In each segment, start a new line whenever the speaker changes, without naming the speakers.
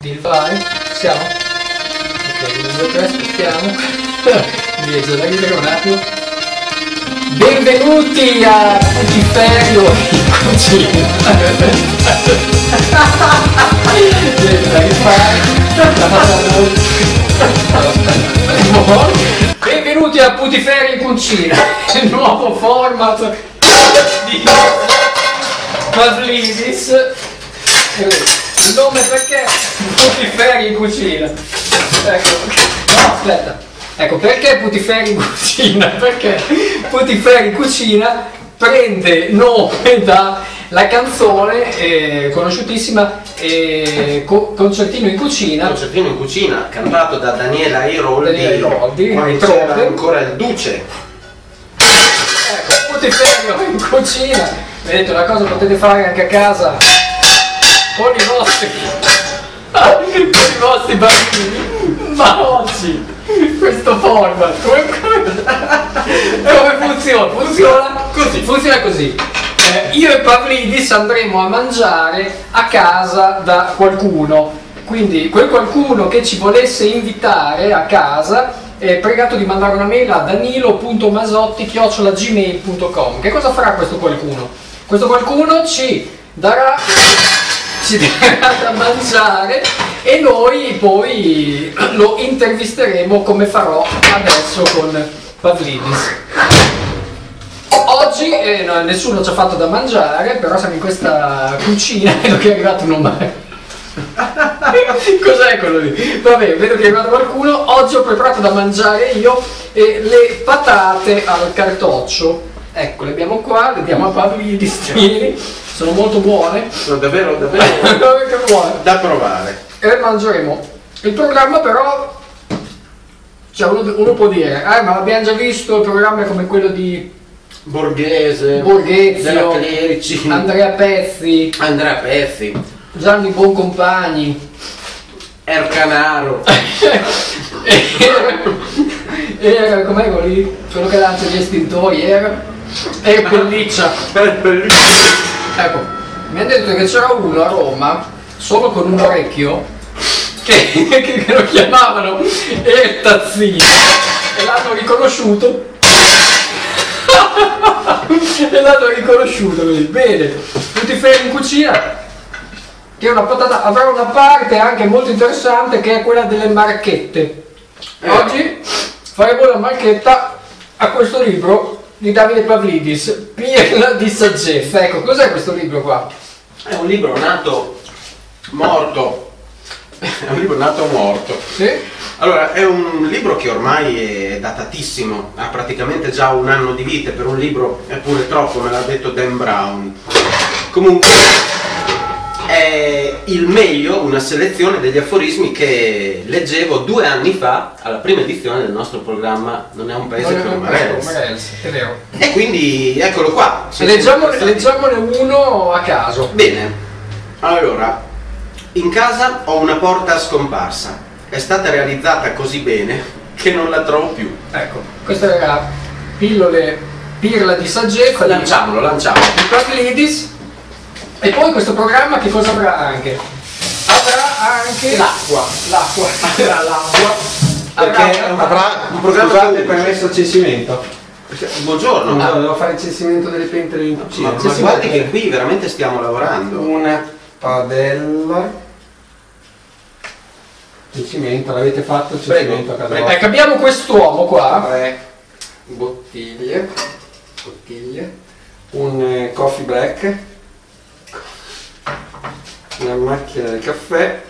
Vai, siamo? Ok, 1, 2, 3, aspettiamo. Mi è già da ridere un attimo. Benvenuti a Putiferio in cucina. Benvenuti a Putiferio in cucina, il nuovo format di Pavlidis. Il nome perché Putiferio in cucina? Ecco, no, aspetta. Ecco, perché Putiferio in cucina? Perché Putiferio in cucina prende nome dalla canzone conosciutissima Concertino in cucina.
Concertino in cucina, cantato da Daniela Airoldi, quando c'era ancora il Duce.
Ecco, Putiferio in cucina. Vedete, una cosa potete fare anche a casa con i vostri bambini, ma oggi questo format come funziona? Funziona così. Io e Pavlidis andremo a mangiare a casa da qualcuno, quindi quel qualcuno che ci volesse invitare a casa è pregato di mandare una mail a danilo.masotti@gmail.com. Che cosa farà questo qualcuno? Questo qualcuno ci darà da mangiare e noi poi lo intervisteremo come farò adesso con Pavlidis. Oggi no, nessuno ci ha fatto da mangiare, però siamo in questa cucina, vedo che è arrivato un omare. Cos'è quello lì? Vabbè, vedo che è arrivato qualcuno. Oggi ho preparato da mangiare io le patate al cartoccio. Ecco, le abbiamo qua, le diamo a Pavlidis. Sono molto buone.
Sono davvero
buone.
Da provare.
E mangeremo. Il programma però, cioè uno può dire, ma abbiamo già visto il programma come quello di
Borghezio,
Della
Clerici,
Andrea Pezzi, Gianni Boncompagni,
Ercanaro.
Era com'è quello lì? Quello che lancia gli estintori, era Pelliccia. Ecco, mi hanno detto che c'era uno a Roma solo con un orecchio che lo chiamavano Ertazzino e l'hanno riconosciuto. Così. Bene, Putiferio in cucina, che è una patata, avrà una parte anche molto interessante che è quella delle marchette. Oggi faremo la marchetta a questo libro di Davide Pavlidis, Pirla di saggezza. Ecco, cos'è questo libro qua?
È un libro nato morto.
Sì?
Allora, è un libro che ormai è datatissimo, ha praticamente già un anno di vita, per un libro è pure troppo, me l'ha detto Dan Brown. Comunque è il meglio, una selezione degli aforismi che leggevo 2 anni fa alla prima edizione del nostro programma Non è un paese per Marels.
È vero.
E quindi eccolo qua.
Leggiamone uno a caso.
Bene, allora, in casa ho una porta scomparsa. È stata realizzata così bene che non la trovo più.
Ecco, questa era Pirla di saggezza.
Lanciamolo.
Di Pavlidis. E poi questo programma che cosa avrà anche? Avrà anche
L'acqua.
Avrà l'acqua.
Perché avrà un programma.
Scusate per il messo censimento.
Buongiorno.
No, devo fare il censimento delle pentole in cucina.
Ma guardi che qui veramente stiamo lavorando.
Una padella. Censimento, l'avete fatto il censimento a casa vostra?
Ecco, abbiamo quest'uomo qua.
3 bottiglie. Un coffee black. Una macchina del caffè.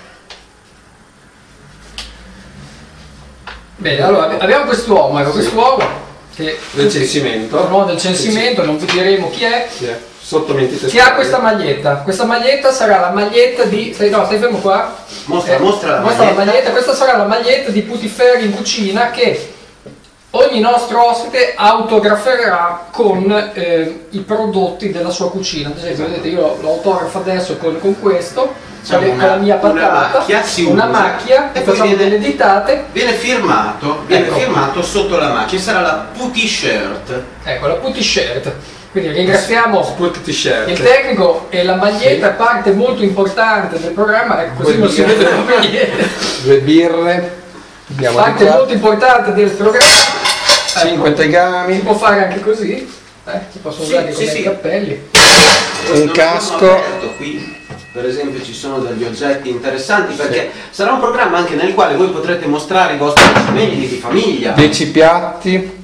Bene, allora abbiamo quest'uomo, ecco, quest'uomo che
Del censimento.
no, del censimento, non vi diremo chi è.
Sotto mentite
Che ha questa maglietta. Questa maglietta sarà la maglietta di. Stai fermo qua.
Mostra la
la
maglietta.
Questa sarà la maglietta di Putiferio in cucina che ogni nostro ospite autograferà con i prodotti della sua cucina. Ad esempio, vedete, io lo autografo adesso con questo, con la mia patata, una macchia, e facciamo delle ditate.
Viene firmato sotto la macchia, sarà la Putty Shirt.
Ecco, la Putty Shirt. Quindi ringraziamo
Sport t-shirt.
il tecnico e la maglietta, parte molto importante del programma, ecco, così non si vede proprio niente.
2 birre. Abbiamo
Parte molto importante del programma.
5
Ecco,
tegami.
si può fare anche così, si possono
Sì,
usare
sì,
come
sì.
cappelli.
Un
Non
casco.
abbiamo aperto qui. Per esempio ci sono degli oggetti interessanti perché sarà un programma anche nel quale voi potrete mostrare i vostri strumenti di famiglia.
10 piatti.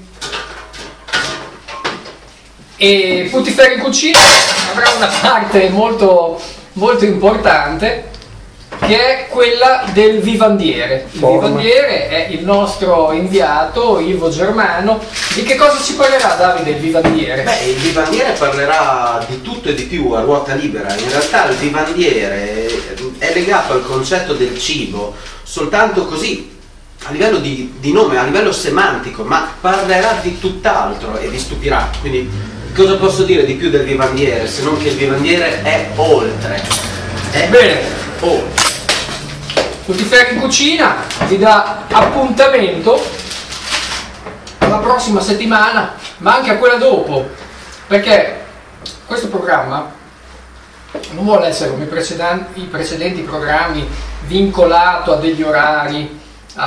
E Putiferri in cucina avrà una parte molto, molto importante, che è quella del vivandiere. Il
Forma.
vivandiere è il nostro inviato Ivo Germano. Di che cosa ci parlerà Davide il vivandiere?
Beh, il vivandiere parlerà di tutto e di più a ruota libera. In realtà il vivandiere è legato al concetto del cibo soltanto così, a livello di nome, a livello semantico, ma parlerà di tutt'altro e vi stupirà. Quindi cosa posso dire di più del vivandiere se non che il vivandiere è oltre. È
Bene,
oltre.
Putiferri in cucina vi dà appuntamento alla prossima settimana, ma anche a quella dopo, perché questo programma non vuole essere come i precedenti programmi vincolato a degli orari,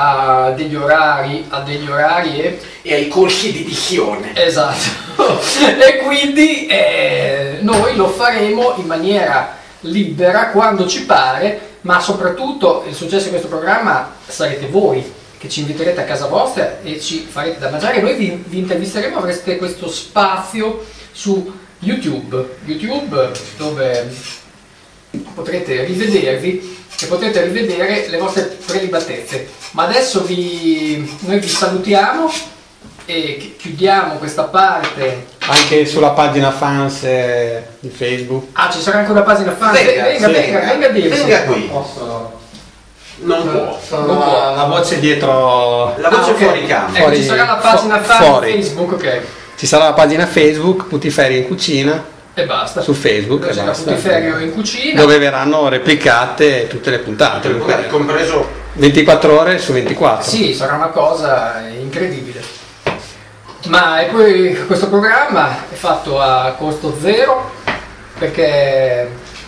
E ai corsi di dizione.
esatto. E quindi noi lo faremo in maniera libera quando ci pare, ma soprattutto il successo di questo programma sarete voi che ci inviterete a casa vostra e ci farete da mangiare. Noi vi intervisteremo, avrete questo spazio su YouTube dove potrete rivedervi e potete rivedere le vostre prelibatezze. Ma adesso noi vi salutiamo e chiudiamo questa parte.
Anche sulla pagina fans di Facebook.
Ah, ci sarà anche una pagina fan.
Venga,
Venga a dirci.
Venga qui.
Posso?
Non può.
Sono
Non può.
la voce dietro.
La voce
ok.
fuori campo.
Ecco, ci sarà la pagina fan
fuori.
Facebook, ok.
Ci sarà la pagina Facebook Putiferri in cucina
E basta.
su Facebook.
Dove
E
c'è
basta.
Putiferio in cucina.
Dove verranno replicate tutte le puntate.
Compreso
24 ore su 24.
Sì, sarà una cosa incredibile. Ma e poi questo programma è fatto a costo zero perché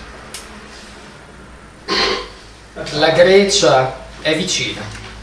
la Grecia è vicina.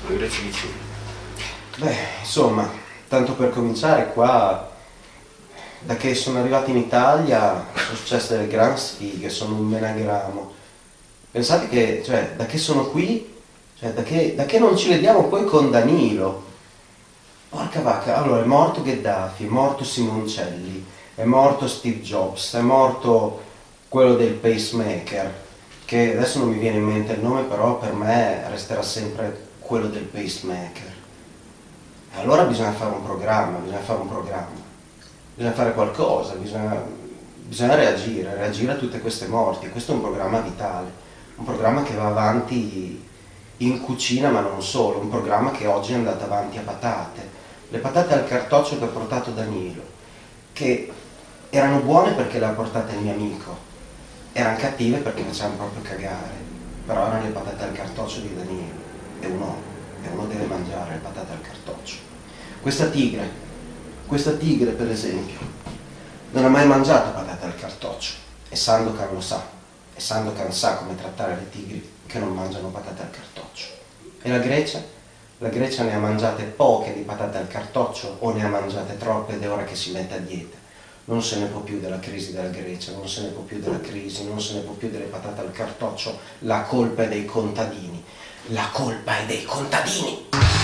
Beh, insomma, tanto per cominciare qua, da che sono arrivato in Italia sono successe delle gran sfighe, sono un menagramo. Pensate che, cioè, da che sono qui, cioè, da che non ci vediamo poi con Danilo. Porca vacca, allora è morto Gheddafi, è morto Simoncelli, è morto Steve Jobs, è morto quello del pacemaker, che adesso non mi viene in mente il nome, però per me resterà sempre quello del pacemaker. E allora bisogna fare un programma, bisogna fare qualcosa, bisogna reagire a tutte queste morti. Questo è un programma vitale, un programma che va avanti in cucina, ma non solo, un programma che oggi è andato avanti a patate. Le patate al cartoccio che ha portato Danilo, che erano buone perché le ha portate il mio amico, erano cattive perché facevano proprio cagare, però erano le patate al cartoccio di Danilo e uno deve mangiare le patate al cartoccio. Questa tigre per esempio non ha mai mangiato patate al cartoccio e Sandokan lo sa, e Sandokan sa come trattare le tigri che non mangiano patate al cartoccio. E la Grecia? La Grecia ne ha mangiate poche di patate al cartoccio o ne ha mangiate troppe ed è ora che si mette a dieta. Non se ne può più della crisi della Grecia, non se ne può più della crisi, non se ne può più delle patate al cartoccio. La colpa è dei contadini. La colpa è dei contadini.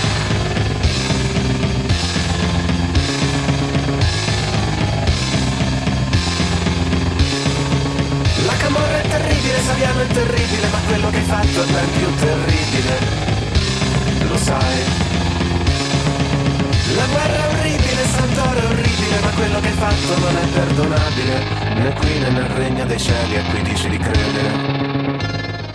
La camorra è terribile, Saviano è terribile, ma quello che hai fatto è ben più terribile. Lo sai. La guerra è orribile, Santoro è orribile, ma quello che hai fatto non è perdonabile. Né qui né nel regno dei cieli a cui dici di credere.